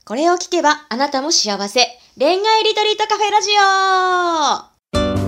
これを聞けばあなたも幸せ。恋愛リトリートカフェラジオ。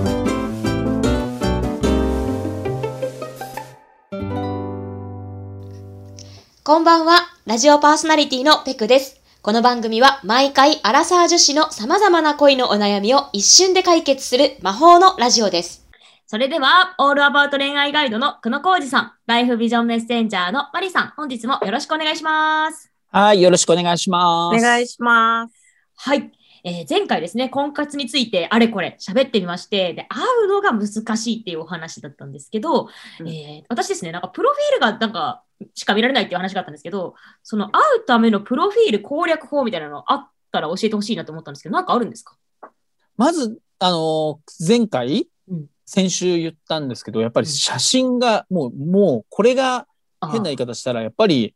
こんばんは。ラジオパーソナリティのペクです。この番組は毎回アラサー女子の様々な恋のお悩みを一瞬で解決する魔法のラジオです。 それでは、オールアバウト恋愛ガイドの久野浩二さん、ライフビジョンメッセンジャーのマリさん、本日もよろしくお願いします。 はい、よろしくお願いします。 お願いします。 はい。前回ですね、婚活についてあれこれ喋ってみまして、で、会うのが難しいっていうお話だったんですけど、私ですね、なんかプロフィールがなんかしか見られないっていう話があったんですけど、その会うためのプロフィール攻略法みたいなのあったら教えてほしいなと思ったんですけど、なんかあるんですか？ まず、前回、先週言ったんですけど、やっぱり写真が、もう、これが変な言い方したら、やっぱり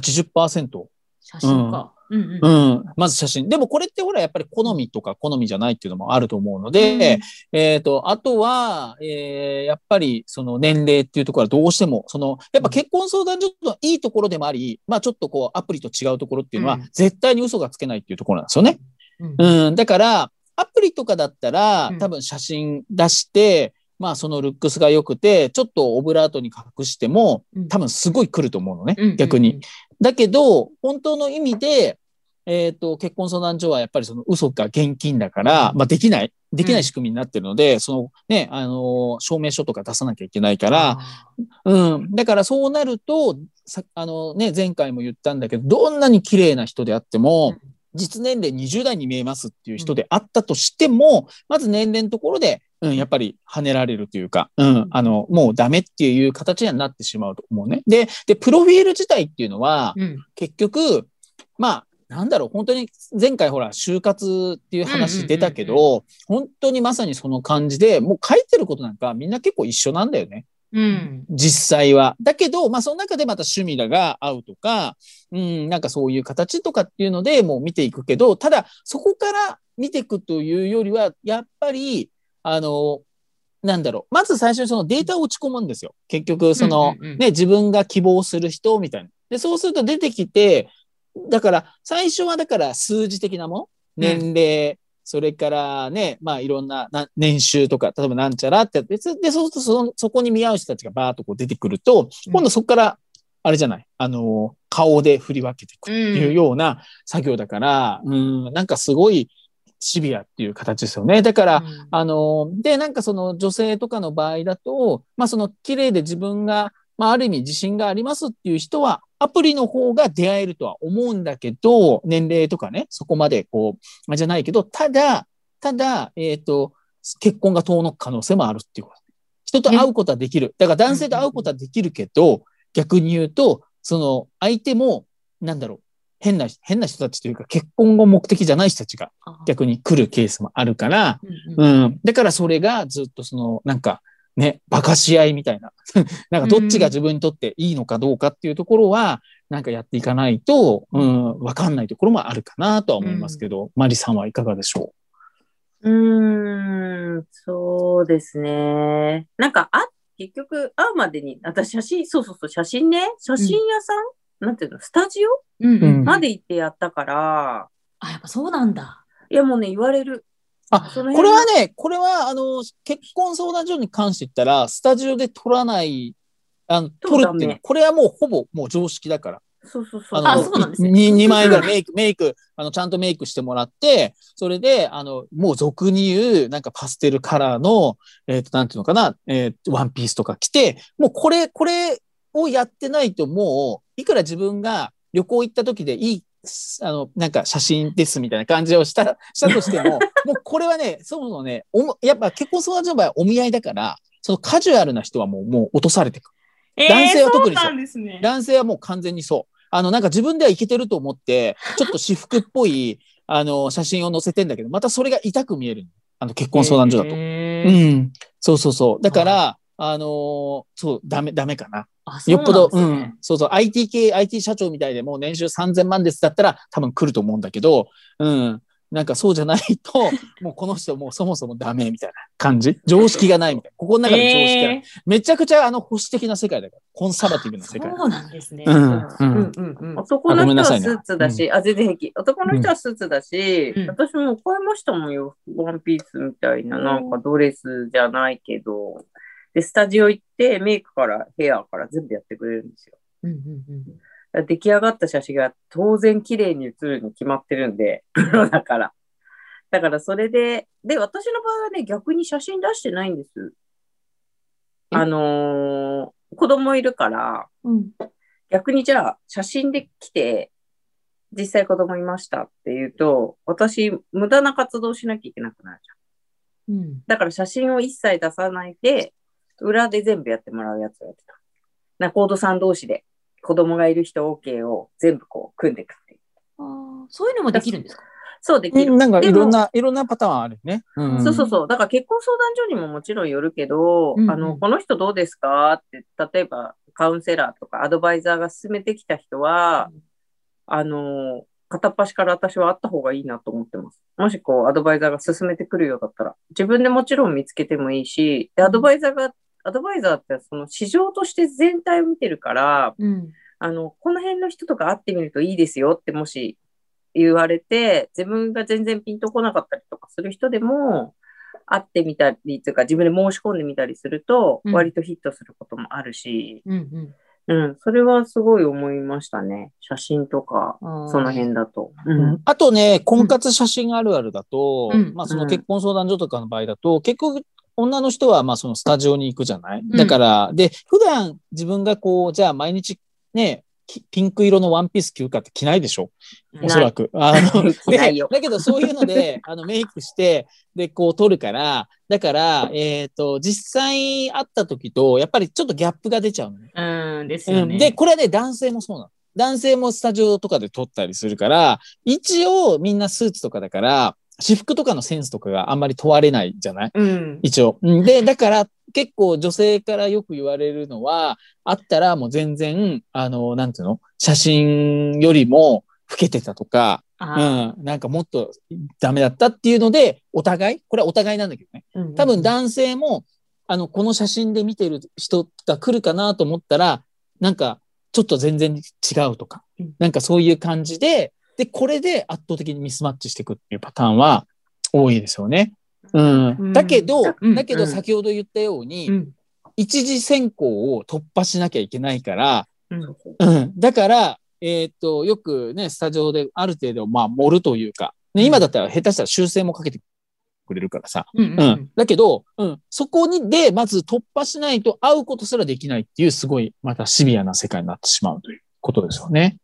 80%。 写真か。 まず写真。でもこれってほら、やっぱり好みとか好みじゃないっていうのもあると思うので、あとは、やっぱりその年齢っていうところはどうしても、やっぱ結婚相談所のいいところでもあり、まあちょっとこうアプリと違うところっていうのは、絶対に嘘がつけないっていうところなんですよね。だから、アプリとかだったら、多分写真出して、まあそのルックスが良くて、ちょっとオブラートに隠しても、多分すごい来ると思うのね、逆に。だけど、本当の意味で、結婚相談所はやっぱりその嘘か現金だから、まあできない仕組みになってるので、そのね、証明書とか出さなきゃいけないから、だからそうなると、前回も言ったんだけど、どんなに綺麗な人であっても、実年齢20代に見えますっていう人であったとしても、まず年齢のところで、やっぱり跳ねられるというか、もうダメっていう形にはなってしまうと思うね。で、プロフィール自体っていうのは、結局、まあ、なんだろう、本当に前回ほら、就活っていう話出たけど、本当にまさにその感じで、もう書いてることなんかみんな結構一緒なんだよね。実際は。だけど、まあその中でまた趣味だが合うとか、なんかそういう形とかっていうのでもう見ていくけど、ただそこから見ていくというよりは、やっぱり、なんだろう。まず最初にそのデータを打ち込むんですよ。結局、自分が希望する人みたいな。で、そうすると出てきて、だから、最初はだから数字的なもの、年齢、それからね、まあいろんな年収とか、例えばなんちゃらってやって、で、そうするとそこに見合う人たちがバーっとこう出てくると、今度そこから、あれじゃない、顔で振り分けていくっていうような作業だから、なんかすごいシビアっていう形ですよね。だから、で、なんかその女性とかの場合だと、まあその綺麗で自分が、まあある意味自信がありますっていう人は、アプリの方が出会えるとは思うんだけど、年齢とかね、そこまでこう、じゃないけど、ただ、結婚が遠のく可能性もあるっていうこと。人と会うことはできる。だから男性と会うことはできるけど、逆に言うと、その相手も、なんだろう、変な人たちというか、結婚が目的じゃない人たちが逆に来るケースもあるから、だからそれがずっとなんか、ね、馬鹿し合いみたいな。なんかどっちが自分にとっていいのかどうかっていうところは、なんかやっていかないと、わかんないところもあるかなとは思いますけど、マリさんはいかがでしょう？そうですね。なんか、結局、会うまでに、私写真、写真ね、写真屋さん、なんていうの、スタジオまで行ってやったから。 やっぱそうなんだ。 いや、もうね、言われる。 これは結婚相談所に関して言ったら、スタジオで撮らない、撮るっていうのは、これはもうほぼもう常識だから。 そうなんですね。 2万円ぐらいメイク、ちゃんとメイクしてもらって、それで、もう俗に言う、なんかパステルカラーの、なんていうのかな、ワンピースとか着て、もうこれをやってないともう、いくら自分が旅行行った時でいい、なんか写真ですみたいな感じをしたとしても、もうこれはね、そもそもね、やっぱ結婚相談所の場合はお見合いだから、そのカジュアルな人はもう落とされていく。男性は特にそう。 そうなんですね。 男性はもう完全にそう。なんか自分ではいけてると思って、ちょっと私服っぽい、写真を載せてんだけど、またそれが痛く見える。結婚相談所だと。そう。だから、そう、ダメかな。よっぽど、IT 社長みたいでもう年収3000万ですだったら多分来ると思うんだけど、 なんかそうじゃないと、もうこの人もうそもそもダメみたいな感じ。常識がないみたいな。ここの中で常識がない。めちゃくちゃ保守的な世界だから。コンサバティブな世界。 そうなんですね。 男の人はスーツだし、全然平気。男の人はスーツだし、私も買いましたもんよ。ワンピースみたいな、なんかドレスじゃないけど。で、スタジオ行ってメイクからヘアから全部やってくれるんですよ。出来上がった写真が当然綺麗に写るに決まってるんで、プロだから。だからそれで、私の場合はね、逆に写真出してないんです。子供いるから、逆にじゃあ写真で来て、実際子供いましたっていうと、私、無駄な活動しなきゃいけなくなるじゃん。だから写真を一切出さないで、裏で全部やってもらうやつをやってた。仲人さん同士で。子供がいる人 OK を全部こう組んでいくっていう。 そういうのもできるんですか？ そうできる。 なんかいろんなパターンあるね。 そう。だから結婚相談所にももちろんよるけど、この人どうですかって、例えばカウンセラーとかアドバイザーが勧めてきた人は、片っ端から私はあった方がいいなと思ってます。もしこうアドバイザーが勧めてくるようだったら、自分でもちろん見つけてもいいし、でアドバイザーってその市場として全体を見てるから、この辺の人とか会ってみるといいですよってもし言われて、自分が全然ピンとこなかったりとかする人でも、会ってみたりというか、自分で申し込んでみたりすると、割とヒットすることもあるし、それはすごい思いましたね。写真とか、その辺だと。 あとね、婚活写真あるあるだと、その結婚相談所とかの場合だと、結局、女の人はそのスタジオに行くじゃない、だから、で、普段自分がこう、じゃあ毎日ね、ピンク色のワンピース着るかって着ないでしょ、おそらく。だけどそういうので、メイクして、で、こう撮るから、だから、実際会った時と、やっぱりちょっとギャップが出ちゃうのね。 ですよね。 で、これはね、男性もそうなの。男性もスタジオとかで撮ったりするから、一応みんなスーツとかだから、私服とかのセンスとかがあんまり問われないじゃない、一応。で、だから結構女性からよく言われるのは、あったらもう全然、なんていうの、写真よりも老けてたとか、なんかもっとダメだったっていうので、これはお互いなんだけどね。多分男性も、この写真で見てる人が来るかなと思ったら、なんかちょっと全然違うとか、なんかそういう感じで、で、これで圧倒的にミスマッチしていくっていうパターンは多いですよね。だけど先ほど言ったように、一次選考を突破しなきゃいけないから、だから、よくね、スタジオである程度、盛るというか、ね、今だったら下手したら修正もかけてくれるからさ。だけど、そこで、まず突破しないと会うことすらできないっていう、すごい、またシビアな世界になってしまうということですよね。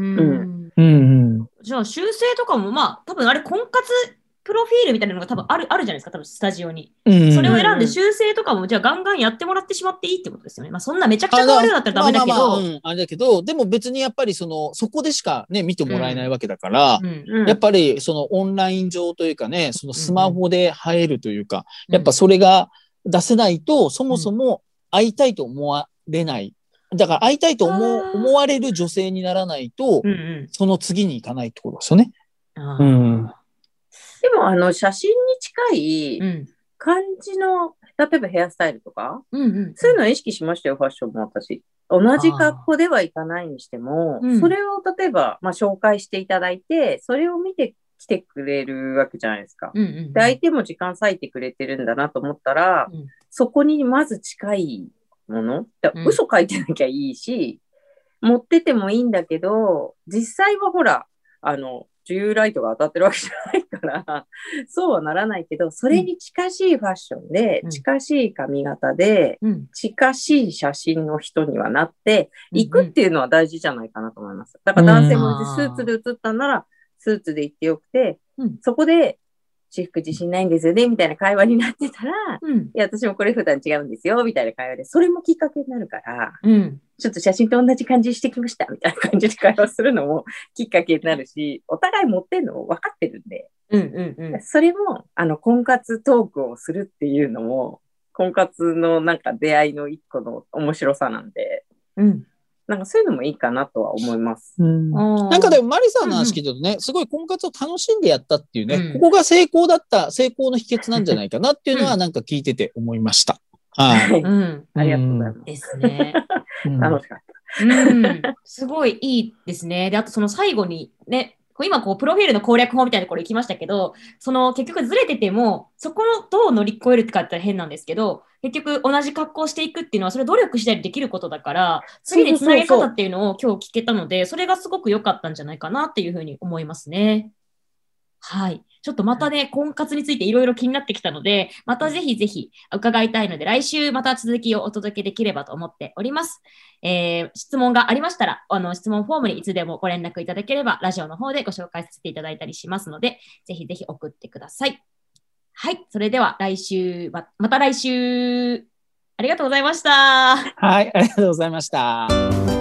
じゃあ修正とかも多分あれ婚活プロフィールみたいなのが多分あるじゃないですか、多分スタジオに。それを選んで修正とかもじゃあガンガンやってもらってしまっていいってことですよね。そんなめちゃくちゃ変わるようだったらダメだけど。 あれだけど、でも別にやっぱりそこでしかね、見てもらえないわけだから、やっぱりそのオンライン上というかね、そのスマホで映えるというか、やっぱそれが出せないと、そもそも会いたいと思われない。だから会いたいと思われる女性にならないと、その次に行かないってことですよね。 でも写真に近い感じの、例えばヘアスタイルとか、そういうのを意識しましたよ、ファッションも私。同じ格好ではいかないにしても、それを例えば、紹介していただいて、それを見てきてくれるわけじゃないですか。で、相手も時間割いてくれてるんだなと思ったら、そこにまず近いもの、嘘書いてなきゃいいし、持っててもいいんだけど、実際はほら、重油ライトが当たってるわけじゃないから、そうはならないけど、それに近しいファッションで、近しい髪型で、近しい写真の人にはなっていくっていうのは大事じゃないかなと思います。だから男性もスーツで写ったんなら、スーツで行ってよくて、そこで、私服自信ないんですよね、みたいな会話になってたら、いや、私もこれ普段違うんですよ、みたいな会話で、それもきっかけになるから、ちょっと写真と同じ感じしてきました、みたいな感じで会話するのもきっかけになるし、お互い持ってんの分かってるんで、それも、婚活トークをするっていうのも、婚活のなんか出会いの一個の面白さなんで、 なんかそういうのもいいかなとは思います。 なんかでもマリさんの話聞いてるとね、すごい婚活を楽しんでやったっていうね、ここが成功の秘訣なんじゃないかなっていうのはなんか聞いてて思いました。はい。 ありがとうございます。 ですね。 楽しかった。 すごいいいですね。で、あとその最後にね、今プロフィールの攻略法みたいなところ行きましたけど、結局ずれてても、そこのどう乗り越えるってかって変なんですけど、結局同じ格好していくっていうのは、それ努力したりできることだから、次につなげ方っていうのを今日聞けたので、それがすごく良かったんじゃないかなっていうふうに思いますね。はい。ちょっとまたね、婚活についていろいろ気になってきたので、またぜひぜひ伺いたいので、来週また続きをお届けできればと思っております。質問がありましたら、質問フォームにいつでもご連絡いただければ、ラジオの方でご紹介させていただいたりしますので、ぜひぜひ送ってください。はい。それではまた来週、ありがとうございました。 はい、ありがとうございました。